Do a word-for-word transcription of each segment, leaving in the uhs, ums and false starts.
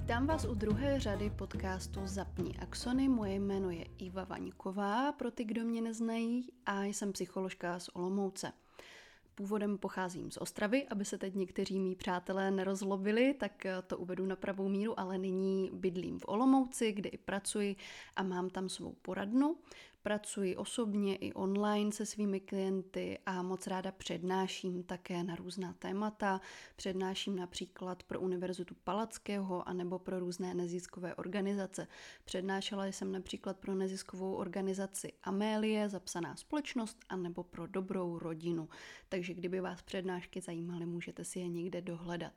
Vítám vás u druhé řady podcastu Zapni Axony. Moje jméno je Iva Vaňková, pro ty, kdo mě neznají, a jsem psycholožka z Olomouce. Původem pocházím z Ostravy, aby se teď někteří mý přátelé nerozlobili, tak to uvedu na pravou míru, ale nyní bydlím v Olomouci, kde i pracuji a mám tam svou poradnu. Pracuji osobně i online se svými klienty a moc ráda přednáším také na různá témata. Přednáším například pro Univerzitu Palackého anebo pro různé neziskové organizace. Přednášela jsem například pro neziskovou organizaci Amélie, zapsaná společnost, anebo pro Dobrou rodinu. Takže kdyby vás přednášky zajímaly, můžete si je někde dohledat.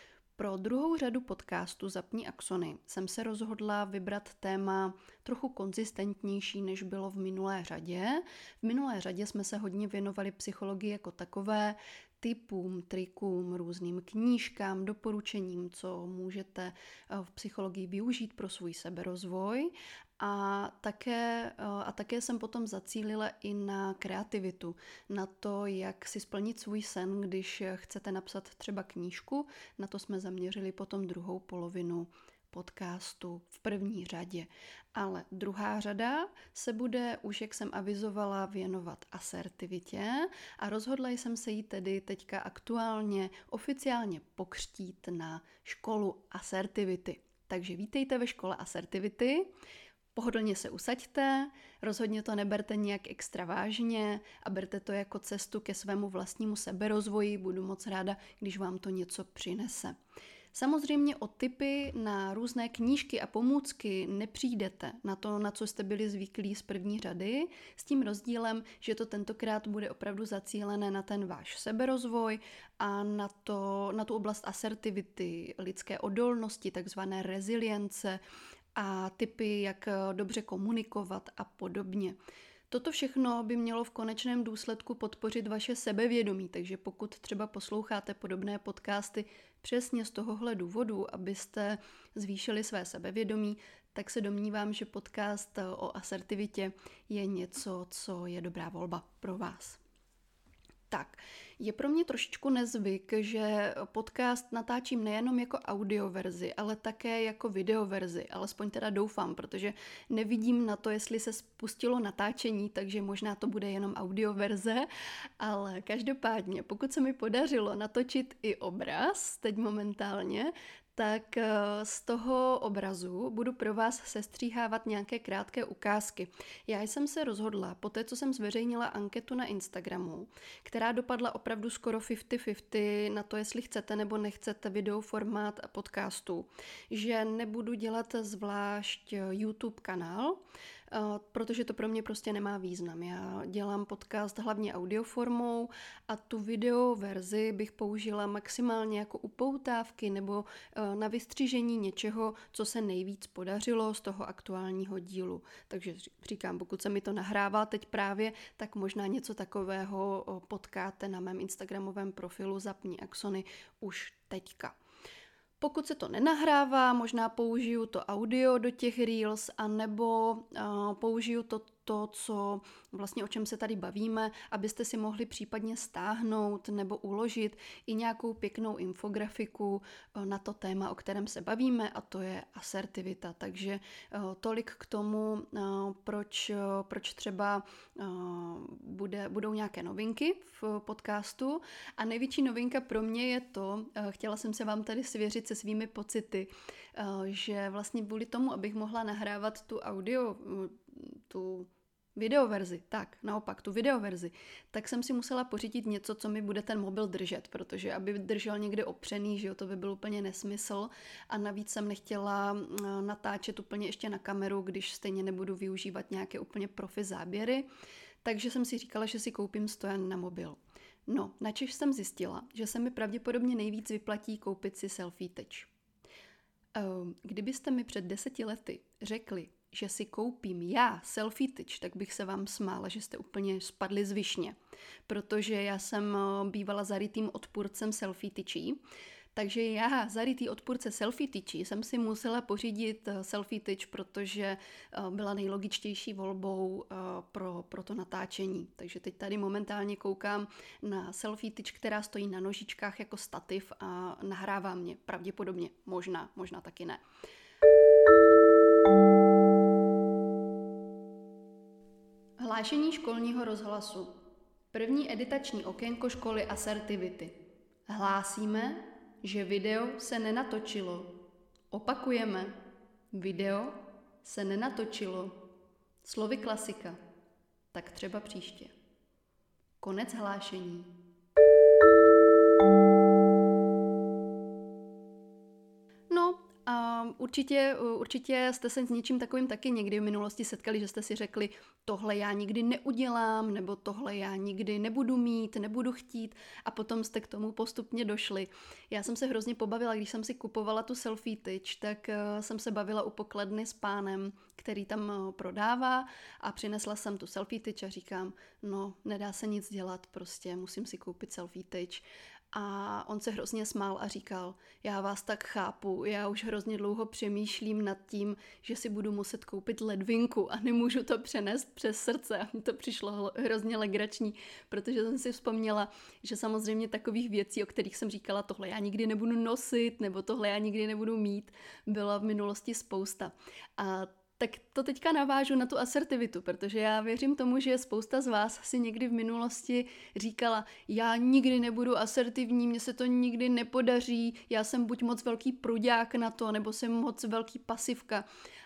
Pro druhou řadu podcastu Zapni Axony jsem se rozhodla vybrat téma trochu konzistentnější, než bylo v minulé řadě. V minulé řadě jsme se hodně věnovali psychologii jako takové, tipům, trikům, různým knížkám, doporučením, co můžete v psychologii využít pro svůj seberozvoj. A také, a také jsem potom zacílila i na kreativitu, na to, jak si splnit svůj sen, když chcete napsat třeba knížku. Na to jsme zaměřili potom druhou polovinu podcastu v první řadě. Ale druhá řada se bude, už jak jsem avizovala, věnovat asertivitě a rozhodla jsem se jí tedy teďka aktuálně oficiálně pokřtít na školu asertivity. Takže vítejte ve škole asertivity. Pohodlně se usaďte, rozhodně to neberte nějak extra vážně a berte to jako cestu ke svému vlastnímu seberozvoji. Budu moc ráda, když vám to něco přinese. Samozřejmě o tipy na různé knížky a pomůcky nepřijdete na to, na co jste byli zvyklí z první řady, s tím rozdílem, že to tentokrát bude opravdu zacílené na ten váš seberozvoj a na, to, na tu oblast asertivity, lidské odolnosti, takzvané rezilience a tipy, jak dobře komunikovat a podobně. Toto všechno by mělo v konečném důsledku podpořit vaše sebevědomí, takže pokud třeba posloucháte podobné podcasty přesně z tohohle důvodu, abyste zvýšili své sebevědomí, tak se domnívám, že podcast o asertivitě je něco, co je dobrá volba pro vás. Tak, je pro mě trošičku nezvyk, že podcast natáčím nejenom jako audioverzi, ale také jako videoverzi, alespoň teda doufám, protože nevidím na to, jestli se spustilo natáčení, takže možná to bude jenom audioverze, ale každopádně, pokud se mi podařilo natočit i obraz, teď momentálně, tak z toho obrazu budu pro vás sestříhávat nějaké krátké ukázky. Já jsem se rozhodla, po té, co jsem zveřejnila anketu na Instagramu, která dopadla opravdu skoro padesát padesát na to, jestli chcete nebo nechcete videoformát podcastu, že nebudu dělat zvlášť YouTube kanál, protože to pro mě prostě nemá význam. Já dělám podcast hlavně audioformou a tu videoverzi bych použila maximálně jako upoutávky nebo na vystřižení něčeho, co se nejvíc podařilo z toho aktuálního dílu. Takže říkám, pokud se mi to nahrává teď právě, tak možná něco takového potkáte na mém instagramovém profilu Zapni Axony už teďka. Pokud se to nenahrává, možná použiju to audio do těch reels, anebo uh, použiju to, to, co vlastně o čem se tady bavíme, abyste si mohli případně stáhnout nebo uložit i nějakou pěknou infografiku uh, na to téma, o kterém se bavíme, a to je asertivita. Takže uh, tolik k tomu, uh, proč, uh, proč třeba uh, bude, budou nějaké novinky v podcastu. A největší novinka pro mě je to, uh, chtěla jsem se vám tady svěřit se svými pocity, že vlastně kvůli tomu, abych mohla nahrávat tu audio, tu videoverzi, tak naopak tu videoverzi, tak jsem si musela pořídit něco, co mi bude ten mobil držet, protože aby držel někde opřený, že jo, to by byl úplně nesmysl, a navíc jsem nechtěla natáčet úplně ještě na kameru, když stejně nebudu využívat nějaké úplně profi záběry, takže jsem si říkala, že si koupím stojan na mobil. No, načež jsem zjistila, že se mi pravděpodobně nejvíc vyplatí koupit si selfie touch. Kdybyste mi před deseti lety řekli, že si koupím já selfie touch, tak bych se vám smála, že jste úplně spadli z višně, protože já jsem bývala zarytým odpůrcem selfie touchí, Takže já, zarytý odpůrce selfie tyči, jsem si musela pořídit selfie tyč, protože byla nejlogičtější volbou pro, pro to natáčení. Takže teď tady momentálně koukám na selfie tyč, která stojí na nožičkách jako stativ a nahrává mě. Pravděpodobně, možná, možná taky ne. Hlášení školního rozhlasu. První editační okénko školy Asertivity. Hlásíme, že video se nenatočilo. Opakujeme. Video se nenatočilo. Slovy klasika. Tak třeba příště. Konec hlášení. No, a určitě, určitě jste se s něčím takovým taky někdy v minulosti setkali, že jste si řekli, tohle já nikdy neudělám, nebo tohle já nikdy nebudu mít, nebudu chtít a potom jste k tomu postupně došli. Já jsem se hrozně pobavila, když jsem si kupovala tu selfie tyč, tak jsem se bavila u pokladny s pánem, který tam prodává a přinesla jsem tu selfie tyč a říkám, no nedá se nic dělat, prostě musím si koupit selfie tyč. A on se hrozně smál a říkal, já vás tak chápu, já už hrozně dlouho přemýšlím nad tím, že si budu muset koupit ledvinku a nemůžu to přenést přes srdce. A mi to přišlo hrozně legrační, protože jsem si vzpomněla, že samozřejmě takových věcí, o kterých jsem říkala, tohle já nikdy nebudu nosit, nebo tohle já nikdy nebudu mít, byla v minulosti spousta. A tak to teďka navážu na tu asertivitu, protože já věřím tomu, že spousta z vás si někdy v minulosti říkala, já nikdy nebudu asertivní, mně se to nikdy nepodaří, já jsem buď moc velký pruďák na to, nebo jsem moc velký pasivka.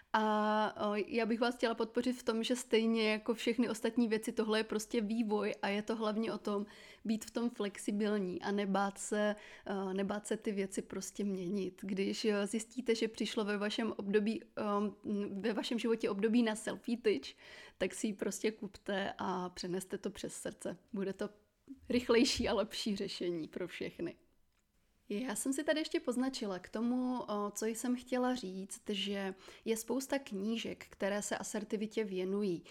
A já bych vás chtěla podpořit v tom, že stejně jako všechny ostatní věci, tohle je prostě vývoj a je to hlavně o tom být v tom flexibilní a nebát se, nebát se ty věci prostě měnit. Když zjistíte, že přišlo ve vašem období, ve vašem životě období na selfie tyč, tak si ji prostě kupte a přeneste to přes srdce. Bude to rychlejší a lepší řešení pro všechny. Já jsem si tady ještě poznačila k tomu, co jsem chtěla říct, že je spousta knížek, které se asertivitě věnují.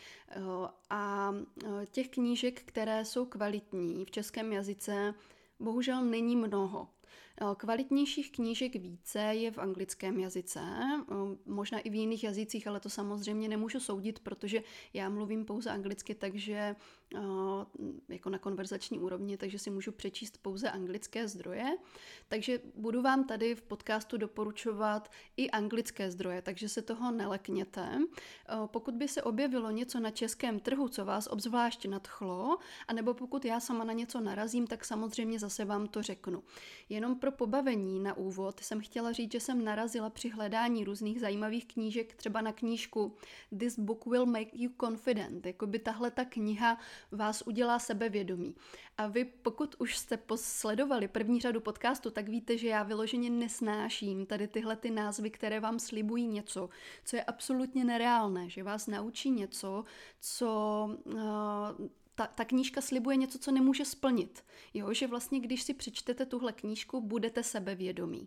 A těch knížek, které jsou kvalitní v českém jazyce, bohužel není mnoho. Kvalitnějších knížek více je v anglickém jazyce, možná i v jiných jazycích, ale to samozřejmě nemůžu soudit, protože já mluvím pouze anglicky, takže jako na konverzační úrovni, takže si můžu přečíst pouze anglické zdroje. Takže budu vám tady v podcastu doporučovat i anglické zdroje, takže se toho nelekněte. Pokud by se objevilo něco na českém trhu, co vás obzvlášť nadchlo, anebo pokud já sama na něco narazím, tak samozřejmě zase vám to řeknu. Jenom pro pobavení na úvod jsem chtěla říct, že jsem narazila při hledání různých zajímavých knížek, třeba na knížku This book will make you confident, jako by tahle ta kniha vás udělá sebevědomí. A vy, pokud už jste sledovali první řadu podcastu, tak víte, že já vyloženě nesnáším tady tyhle ty názvy, které vám slibují něco, co je absolutně nereálné, že vás naučí něco, co... Uh, Ta, ta knížka slibuje něco, co nemůže splnit. Jo, že vlastně, když si přečtete tuhle knížku, budete sebevědomí.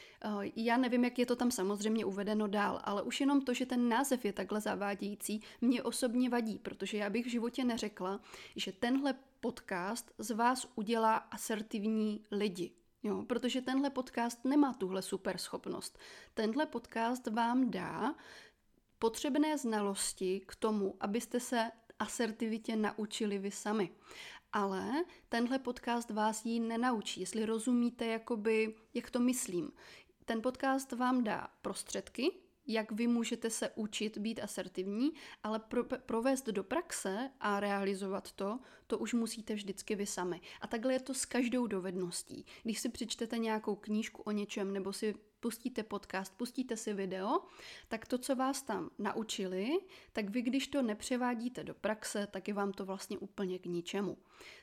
Já nevím, jak je to tam samozřejmě uvedeno dál, ale už jenom to, že ten název je takhle zavádějící, mě osobně vadí, protože já bych v životě neřekla, že tenhle podcast z vás udělá asertivní lidi. Jo, protože tenhle podcast nemá tuhle super schopnost. Tenhle podcast vám dá potřebné znalosti k tomu, abyste se asertivitě naučili vy sami. Ale tenhle podcast vás ji nenaučí, jestli rozumíte, jakoby, jak to myslím. Ten podcast vám dá prostředky, jak vy můžete se učit být asertivní, ale pro, provést do praxe a realizovat to, to už musíte vždycky vy sami. A takhle je to s každou dovedností. Když si přečtete nějakou knížku o něčem, nebo si pustíte podcast, pustíte si video, tak to, co vás tam naučili, tak vy, když to nepřevádíte do praxe, tak je vám to vlastně úplně k ničemu.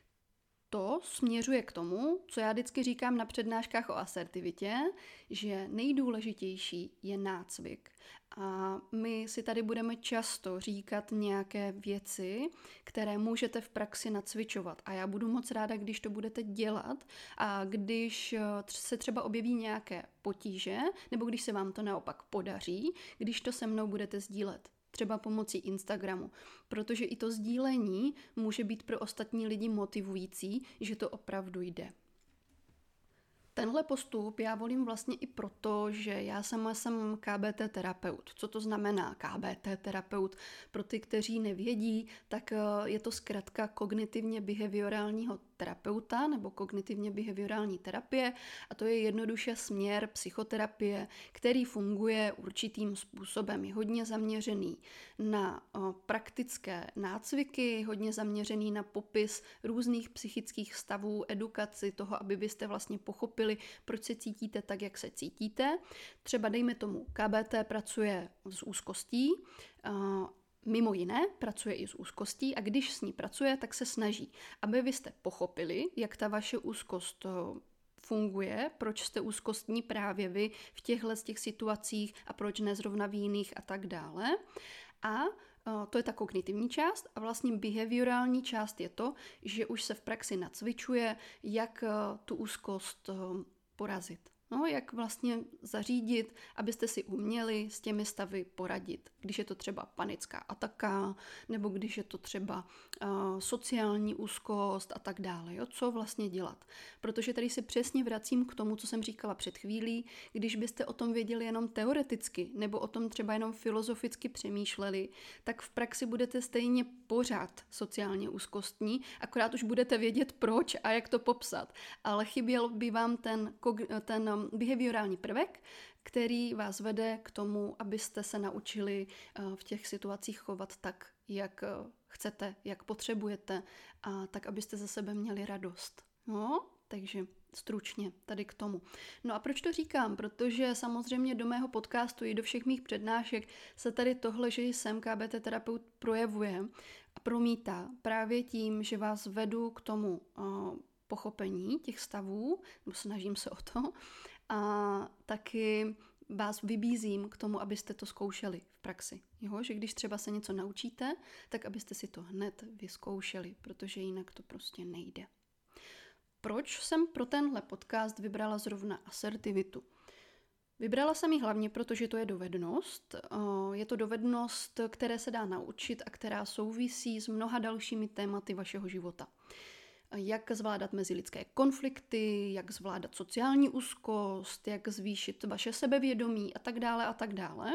To směřuje k tomu, co já vždycky říkám na přednáškách o asertivitě, že nejdůležitější je nácvik. A my si tady budeme často říkat nějaké věci, které můžete v praxi nacvičovat. A já budu moc ráda, když to budete dělat a když se třeba objeví nějaké potíže, nebo když se vám to naopak podaří, když to se mnou budete sdílet. Třeba pomocí Instagramu, protože i to sdílení může být pro ostatní lidi motivující, že to opravdu jde. Tenhle postup já volím vlastně i proto, že já sama jsem K B T terapeut. Co to znamená K B T terapeut? Pro ty, kteří nevědí, tak je to zkratka kognitivně behaviorálního terapeuta nebo kognitivně behaviorální terapie a to je jednoduše směr psychoterapie, který funguje určitým způsobem. Je hodně zaměřený na praktické nácviky, hodně zaměřený na popis různých psychických stavů, edukaci toho, aby byste vlastně pochopili, proč se cítíte tak, jak se cítíte. Třeba dejme tomu, K B T pracuje s úzkostí, mimo jiné pracuje i s úzkostí a když s ní pracuje, tak se snaží, aby vy jste pochopili, jak ta vaše úzkost funguje, proč jste úzkostní právě vy v těchto z těch situacích a proč ne zrovna v jiných a tak dále. A to je ta kognitivní část a vlastně behaviorální část je to, že už se v praxi nacvičuje, jak tu úzkost porazit. No, jak vlastně zařídit, abyste si uměli s těmi stavy poradit. Když je to třeba panická ataka, nebo když je to třeba uh, sociální úzkost a tak dále. Jo? Co vlastně dělat? Protože tady se přesně vracím k tomu, co jsem říkala před chvílí. Když byste o tom věděli jenom teoreticky, nebo o tom třeba jenom filozoficky přemýšleli, tak v praxi budete stejně pořád sociálně úzkostní, akorát už budete vědět proč a jak to popsat. Ale chyběl by vám ten, ten behaviorální prvek, který vás vede k tomu, abyste se naučili v těch situacích chovat tak, jak chcete, jak potřebujete a tak, abyste ze sebe měli radost. No, takže stručně tady k tomu. No a proč to říkám? Protože samozřejmě do mého podcastu i do všech mých přednášek se tady tohle, že jsem K B T terapeut, projevuje a promítá právě tím, že vás vedu k tomu uh, pochopení těch stavů, nebo snažím se o to, a taky vás vybízím k tomu, abyste to zkoušeli v praxi. Jo? Že když třeba se něco naučíte, tak abyste si to hned vyzkoušeli, protože jinak to prostě nejde. Proč jsem pro tenhle podcast vybrala zrovna asertivitu? Vybrala jsem ji hlavně, protože to je dovednost. Je to dovednost, které se dá naučit a která souvisí s mnoha dalšími tématy vašeho života. Jak zvládat mezilidské konflikty, jak zvládat sociální úzkost, jak zvýšit vaše sebevědomí a tak dále a tak dále.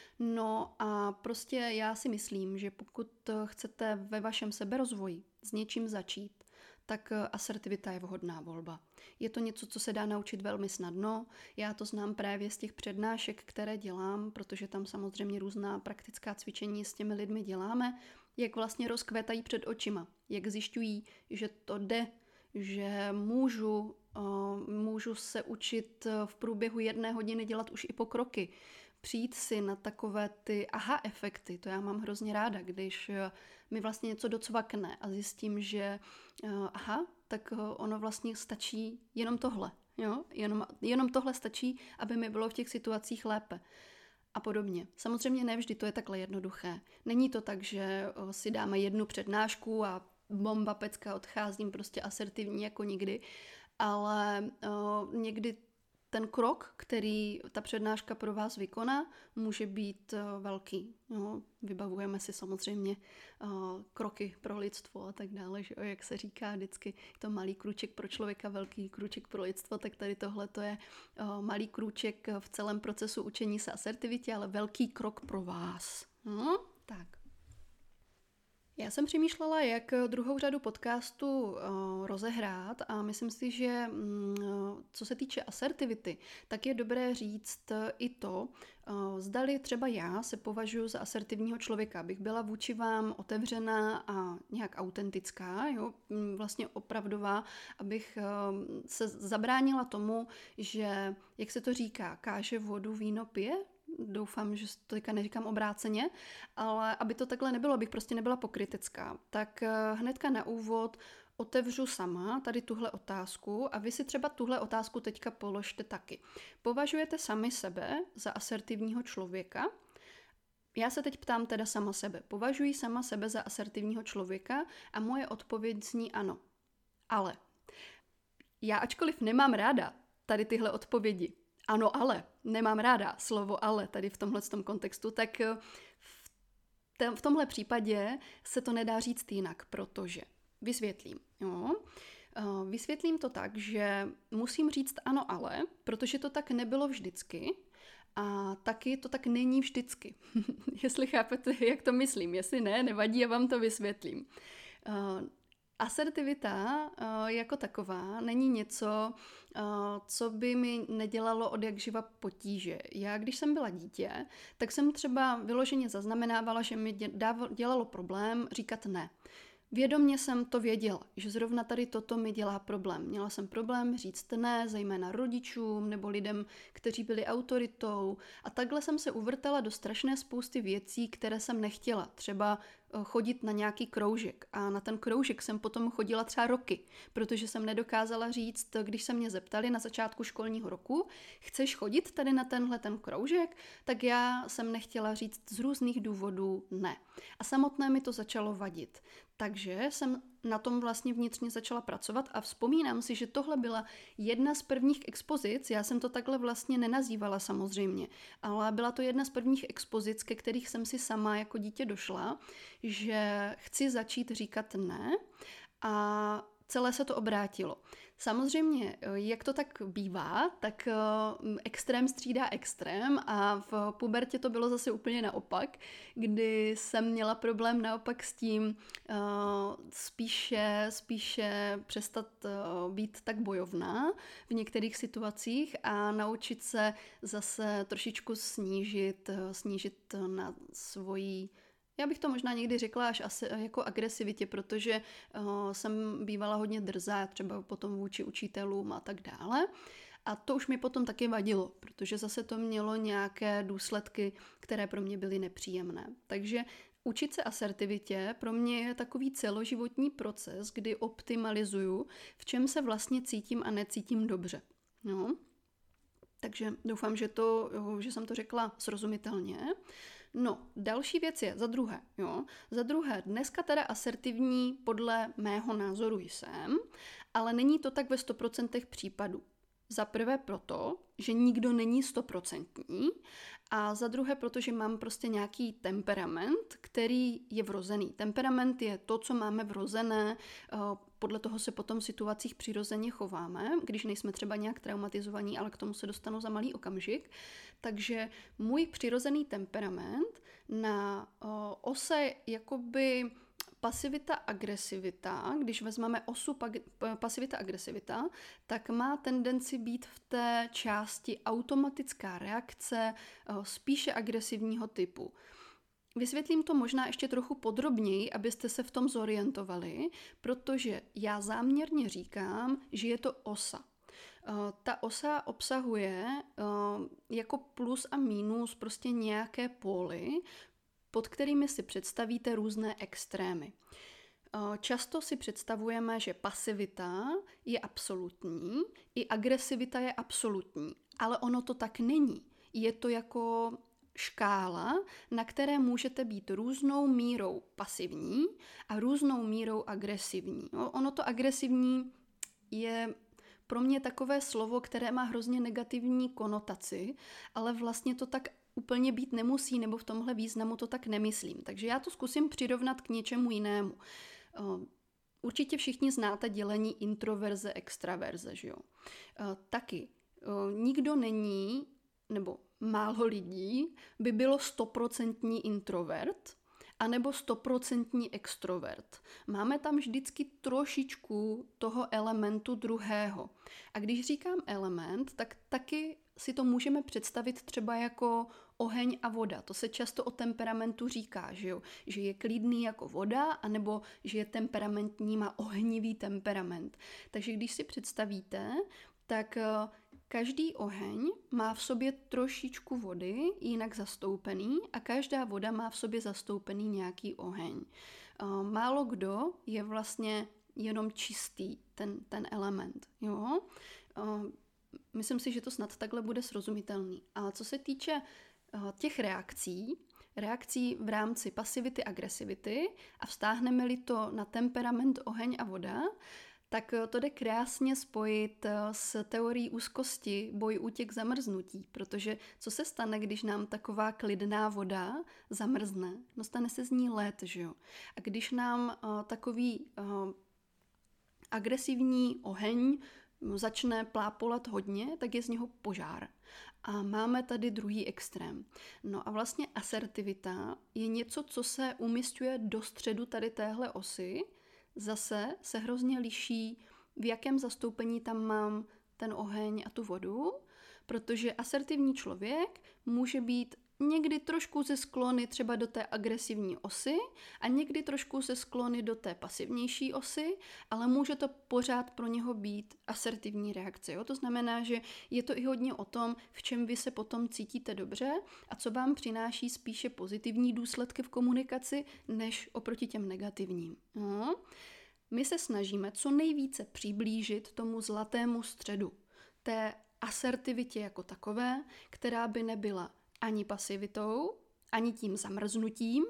No a prostě já si myslím, že pokud chcete ve vašem seberozvoji s něčím začít, tak asertivita je vhodná volba. Je to něco, co se dá naučit velmi snadno. Já to znám právě z těch přednášek, které dělám, protože tam samozřejmě různá praktická cvičení s těmi lidmi děláme, jak vlastně rozkvétají před očima, jak zjišťují, že to jde, že můžu, uh, můžu se učit v průběhu jedné hodiny dělat už i pokroky, přijít si na takové ty aha efekty, to já mám hrozně ráda, když mi vlastně něco docvakne a zjistím, že uh, aha, tak uh, ono vlastně stačí jenom tohle, jo? Jenom, jenom tohle stačí, aby mi bylo v těch situacích lépe. A podobně. Samozřejmě ne vždy to je takhle jednoduché. Není to tak, že uh, si dáme jednu přednášku a bomba pecka, odcházím prostě asertivní jako nikdy, ale uh, někdy ten krok, který ta přednáška pro vás vykoná, může být uh, velký. No, vybavujeme si samozřejmě uh, kroky pro lidstvo a tak dále, že jak se říká vždycky, to malý krůček pro člověka, velký krůček pro lidstvo, tak tady tohle to je uh, malý krůček v celém procesu učení se asertivitě, ale velký krok pro vás. No, tak. Já jsem přemýšlela, jak druhou řadu podcastu uh, rozehrát a myslím si, že um, co se týče asertivity, tak je dobré říct i to, uh, zdali třeba já se považuji za asertivního člověka, abych byla vůči vám otevřená a nějak autentická, jo, vlastně opravdová, abych uh, se zabránila tomu, že, jak se to říká, káže vodu, víno pije. Doufám, že to teďka neříkám obráceně, ale aby to takhle nebylo, abych prostě nebyla pokrytecká, tak hnedka na úvod otevřu sama tady tuhle otázku a vy si třeba tuhle otázku teďka položte taky. Považujete sami sebe za asertivního člověka? Já se teď ptám teda sama sebe. Považuji sama sebe za asertivního člověka a moje odpověď zní ano. Ale já ačkoliv nemám ráda tady tyhle odpovědi, ano, ale, nemám ráda slovo ale tady v tomhletom kontextu, tak v, tem, v tomhle případě se to nedá říct jinak, protože, vysvětlím, jo, Vysvětlím to tak, že musím říct ano, ale, protože to tak nebylo vždycky a taky to tak není vždycky. Jestli chápete, jak to myslím, jestli ne, nevadí, já vám to vysvětlím. Asertivita jako taková není něco, co by mi nedělalo od jak živa potíže. Já, když jsem byla dítě, tak jsem třeba vyloženě zaznamenávala, že mi dělalo problém říkat ne. Vědomě jsem to věděla, že zrovna tady toto mi dělá problém. Měla jsem problém říct ne, zejména rodičům nebo lidem, kteří byli autoritou. A takhle jsem se uvrtala do strašné spousty věcí, které jsem nechtěla. Třeba chodit na nějaký kroužek. A na ten kroužek jsem potom chodila třeba roky, protože jsem nedokázala říct, když se mě zeptali na začátku školního roku, chceš chodit tady na tenhle ten kroužek, tak já jsem nechtěla říct z různých důvodů ne. A samotné mi to začalo vadit. Takže jsem na tom vlastně vnitřně začala pracovat a vzpomínám si, že tohle byla jedna z prvních expozic, já jsem to takhle vlastně nenazývala samozřejmě, ale byla to jedna z prvních expozic, ke kterých jsem si sama jako dítě došla, že chci začít říkat ne a celé se to obrátilo. Samozřejmě, jak to tak bývá, tak extrém střídá extrém a v pubertě to bylo zase úplně naopak, kdy jsem měla problém naopak s tím spíše, spíše přestat být tak bojovná v některých situacích a naučit se zase trošičku snížit, snížit na svoji. Já bych to možná někdy řekla až asi jako agresivitě, protože uh, jsem bývala hodně drzá, třeba potom vůči učitelům a tak dále. A to už mi potom taky vadilo, protože zase to mělo nějaké důsledky, které pro mě byly nepříjemné. Takže učit se asertivitě pro mě je takový celoživotní proces, kdy optimalizuju, v čem se vlastně cítím a necítím dobře. No. Takže doufám, že, to, že jsem to řekla srozumitelně. No, další věc je, za druhé, jo, za druhé, dneska teda asertivní podle mého názoru jsem, ale není to tak ve sto procent případů. Za prvé proto, že nikdo není stoprocentní a za druhé proto, že mám prostě nějaký temperament, který je vrozený. Temperament je to, co máme vrozené, podle toho se potom v situacích přirozeně chováme, když nejsme třeba nějak traumatizovaní, ale k tomu se dostanu za malý okamžik. Takže můj přirozený temperament na ose jakoby pasivita, agresivita, když vezmeme osu pasivita, agresivita, tak má tendenci být v té části automatická reakce spíše agresivního typu. Vysvětlím to možná ještě trochu podrobněji, abyste se v tom zorientovali, protože já záměrně říkám, že je to osa. Ta osa obsahuje jako plus a mínus prostě nějaké póly, pod kterými si představíte různé extrémy. Často si představujeme, že pasivita je absolutní, i agresivita je absolutní, ale ono to tak není. Je to jako škála, na které můžete být různou mírou pasivní a různou mírou agresivní. Ono to agresivní je pro mě takové slovo, které má hrozně negativní konotaci, ale vlastně to tak úplně být nemusí, nebo v tomhle významu to tak nemyslím. Takže já to zkusím přirovnat k něčemu jinému. Určitě všichni znáte dělení introverze, extraverze, že jo? Taky nikdo není, nebo málo lidí by bylo stoprocentní introvert, anebo stoprocentní extrovert. Máme tam vždycky trošičku toho elementu druhého. A když říkám element, tak taky si to můžeme představit třeba jako oheň a voda. To se často o temperamentu říká, že jo? Že je klidný jako voda, anebo že je temperamentní, má ohnivý temperament. Takže když si představíte, tak každý oheň má v sobě trošičku vody, jinak zastoupený, a každá voda má v sobě zastoupený nějaký oheň. Málo kdo je vlastně jenom čistý, ten, ten element. Jo? Myslím si, že to snad takhle bude srozumitelný. A co se týče těch reakcí, reakcí v rámci pasivity, agresivity a vztáhneme-li to na temperament, oheň a voda, tak to jde krásně spojit s teorií úzkosti, boj, útěk, zamrznutí, protože co se stane, když nám taková klidná voda zamrzne? No stane se z ní led, že jo? A když nám uh, takový uh, agresivní oheň začne plápolat hodně, tak je z něho požár. A máme tady druhý extrém. No a vlastně asertivita je něco, co se umísťuje do středu tady téhle osy. Zase se hrozně liší, v jakém zastoupení tam mám ten oheň a tu vodu, protože asertivní člověk může být někdy trošku ze sklony třeba do té agresivní osy a někdy trošku ze sklony do té pasivnější osy, ale může to pořád pro něho být asertivní reakce. Jo? To znamená, že je to i hodně o tom, v čem vy se potom cítíte dobře a co vám přináší spíše pozitivní důsledky v komunikaci, než oproti těm negativním. No? My se snažíme co nejvíce přiblížit tomu zlatému středu, té asertivitě jako takové, která by nebyla ani pasivitou, ani tím zamrznutím,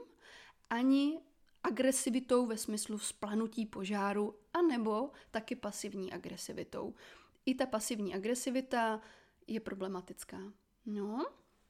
ani agresivitou ve smyslu vzplanutí požáru, anebo taky pasivní agresivitou. I ta pasivní agresivita je problematická. No.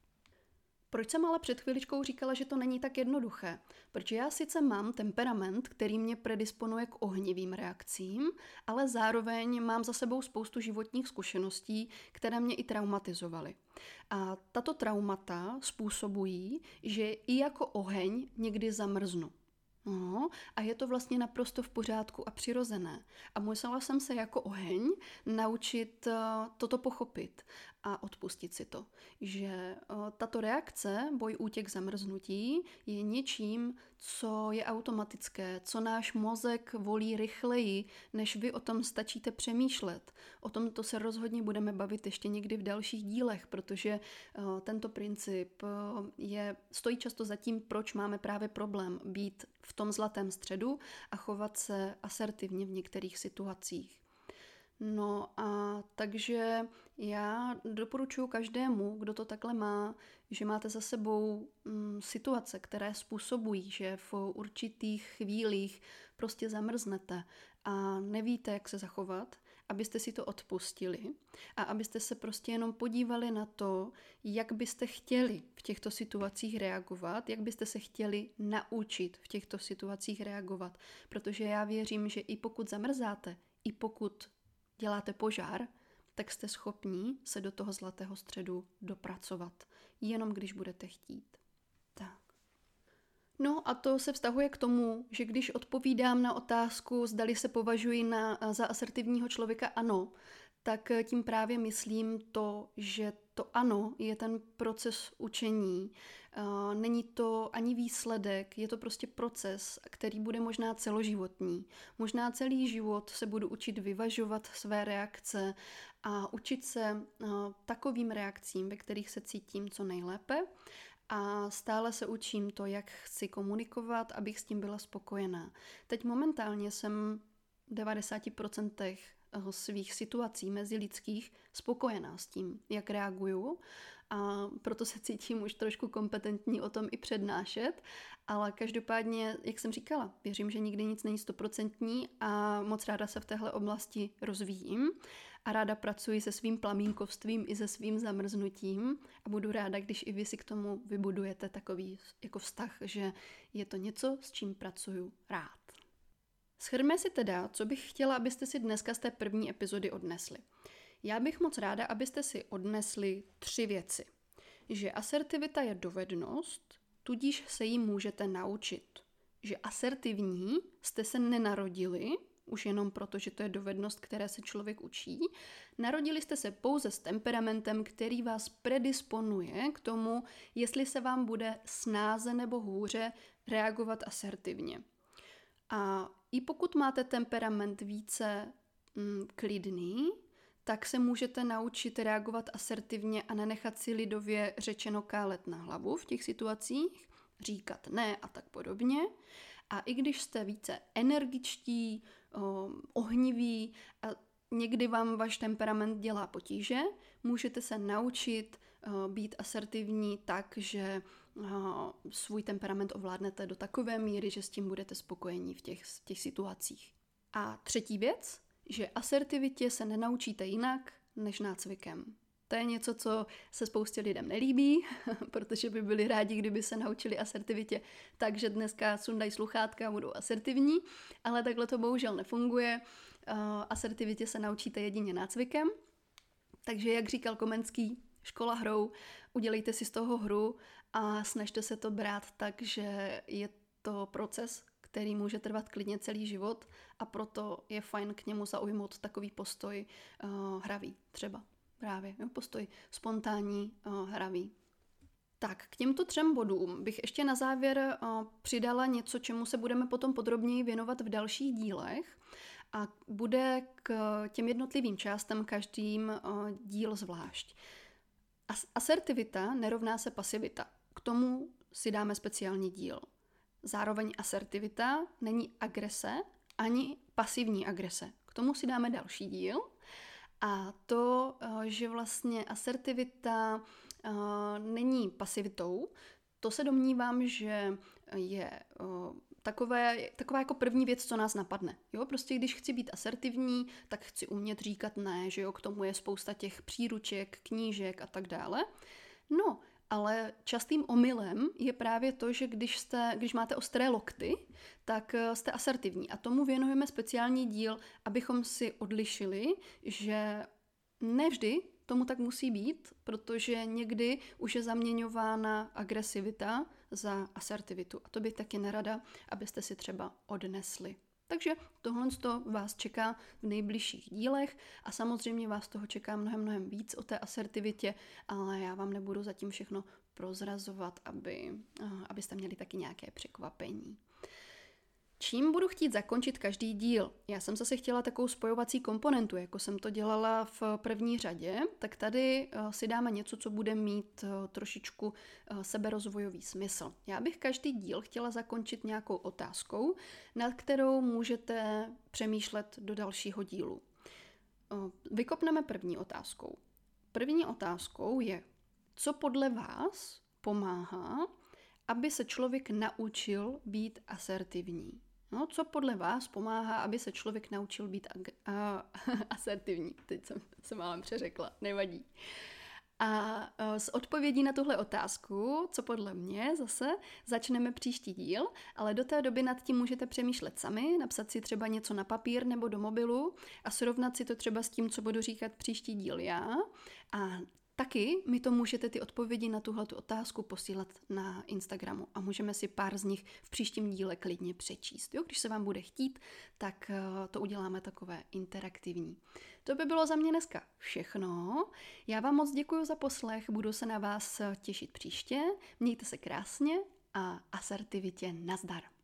Proč jsem ale před chviličkou říkala, že to není tak jednoduché? Protože já sice mám temperament, který mě predisponuje k ohnivým reakcím, ale zároveň mám za sebou spoustu životních zkušeností, které mě i traumatizovaly. A tato traumata způsobují, že i jako oheň někdy zamrznu. No, a je to vlastně naprosto v pořádku a přirozené. A musela jsem se jako oheň naučit uh, toto pochopit a odpustit si to. Že uh, tato reakce, boj, útěk, zamrznutí, je něčím, co je automatické, co náš mozek volí rychleji, než vy o tom stačíte přemýšlet. O tom to se rozhodně budeme bavit ještě někdy v dalších dílech, protože uh, tento princip uh, je, stojí často za tím, proč máme právě problém být v tom zlatém středu a chovat se asertivně v některých situacích. No a takže já doporučuji každému, kdo to takhle má, že máte za sebou mm, situace, které způsobují, že v určitých chvílích prostě zamrznete a nevíte, jak se zachovat, abyste si to odpustili a abyste se prostě jenom podívali na to, jak byste chtěli v těchto situacích reagovat, jak byste se chtěli naučit v těchto situacích reagovat. Protože já věřím, že i pokud zamrzáte, i pokud děláte požár, tak jste schopní se do toho zlatého středu dopracovat, jenom když budete chtít. Tak. No a to se vztahuje k tomu, že když odpovídám na otázku, zdali se považuji na, za asertivního člověka, ano, tak tím právě myslím to, že to ano je ten proces učení. Není to ani výsledek, je to prostě proces, který bude možná celoživotní. Možná celý život se budu učit vyvažovat své reakce a učit se takovým reakcím, ve kterých se cítím co nejlépe. A stále se učím to, jak chci komunikovat, abych s tím byla spokojená. Teď momentálně jsem v devadesáti procentech svých situací mezilidských spokojená s tím, jak reaguju, a proto se cítím už trošku kompetentní o tom i přednášet, ale každopádně, jak jsem říkala, věřím, že nikdy nic není stoprocentní a moc ráda se v téhle oblasti rozvíjím a ráda pracuji se svým plamínkovstvím i se svým zamrznutím a budu ráda, když i vy si k tomu vybudujete takový jako vztah, že je to něco, s čím pracuju rád. Shrňme si teda, co bych chtěla, abyste si dneska z té první epizody odnesli. Já bych moc ráda, abyste si odnesli tři věci. Že asertivita je dovednost, tudíž se jí můžete naučit. Že asertivní jste se nenarodili, už jenom proto, že to je dovednost, které se člověk učí. Narodili jste se pouze s temperamentem, který vás predisponuje k tomu, jestli se vám bude snáze nebo hůře reagovat asertivně. A i pokud máte temperament více mm, klidný, tak se můžete naučit reagovat asertivně a nenechat si lidově řečeno kálet na hlavu v těch situacích, říkat ne a tak podobně. A i když jste více energičtí, ohniví a někdy vám váš temperament dělá potíže, můžete se naučit být asertivní tak, že svůj temperament ovládnete do takové míry, že s tím budete spokojení v těch, v těch situacích. A třetí věc, že asertivitě se nenaučíte jinak než nácvikem. To je něco, co se spoustě lidem nelíbí, protože by byli rádi, kdyby se naučili asertivitě tak, že dneska sundají sluchátka a budou asertivní, ale takhle to bohužel nefunguje. asertivitě se naučíte jedině nácvikem. Takže jak říkal Komenský, škola hrou, udělejte si z toho hru a snažte se to brát tak, že je to proces, který může trvat klidně celý život a proto je fajn k němu zaujmout takový postoj uh, hravý třeba právě, jo, postoj spontánní, uh, hravý. Tak, k těmto třem bodům bych ještě na závěr uh, přidala něco, čemu se budeme potom podrobněji věnovat v dalších dílech a bude k těm jednotlivým částem každým uh, díl zvlášť. As- asertivita nerovná se pasivita. K tomu si dáme speciální díl. Zároveň asertivita není agrese ani pasivní agrese. K tomu si dáme další díl. A to, že vlastně asertivita není pasivitou, to se domnívám, že je takové, taková jako první věc, co nás napadne. Jo, prostě když chci být asertivní, tak chci umět říkat ne, že jo, k tomu je spousta těch příruček, knížek a tak dále. No, ale častým omylem je právě to, že když, jste, když máte ostré lokty, tak jste asertivní. A tomu věnujeme speciální díl, abychom si odlišili, že nevždy tomu tak musí být, protože někdy už je zaměňována agresivita za asertivitu. A to bych taky nerada, abyste si třeba odnesli. Takže tohle vás čeká v nejbližších dílech a samozřejmě vás toho čeká mnohem, mnohem víc o té asertivitě, ale já vám nebudu zatím všechno prozrazovat, aby, abyste měli taky nějaké překvapení. Čím budu chtít zakončit každý díl? Já jsem zase chtěla takovou spojovací komponentu, jako jsem to dělala v první řadě, tak tady si dáme něco, co bude mít trošičku seberozvojový smysl. Já bych každý díl chtěla zakončit nějakou otázkou, nad kterou můžete přemýšlet do dalšího dílu. Vykopneme první otázkou. První otázkou je, co podle vás pomáhá, aby se člověk naučil být asertivní. No, co podle vás pomáhá, aby se člověk naučil být ag- a, asertivní? Teď jsem se málem přeřekla, nevadí. A s odpovědí na tuhle otázku, co podle mě zase, začneme příští díl, ale do té doby nad tím můžete přemýšlet sami, napsat si třeba něco na papír nebo do mobilu a srovnat si to třeba s tím, co budu říkat příští díl já. A taky mi to můžete ty odpovědi na tuhletu otázku posílat na Instagramu a můžeme si pár z nich v příštím díle klidně přečíst. Jo? Když se vám bude chtít, tak to uděláme takové interaktivní. To by bylo za mě dneska všechno. Já vám moc děkuji za poslech, budu se na vás těšit příště. Mějte se krásně a asertivitě nazdar.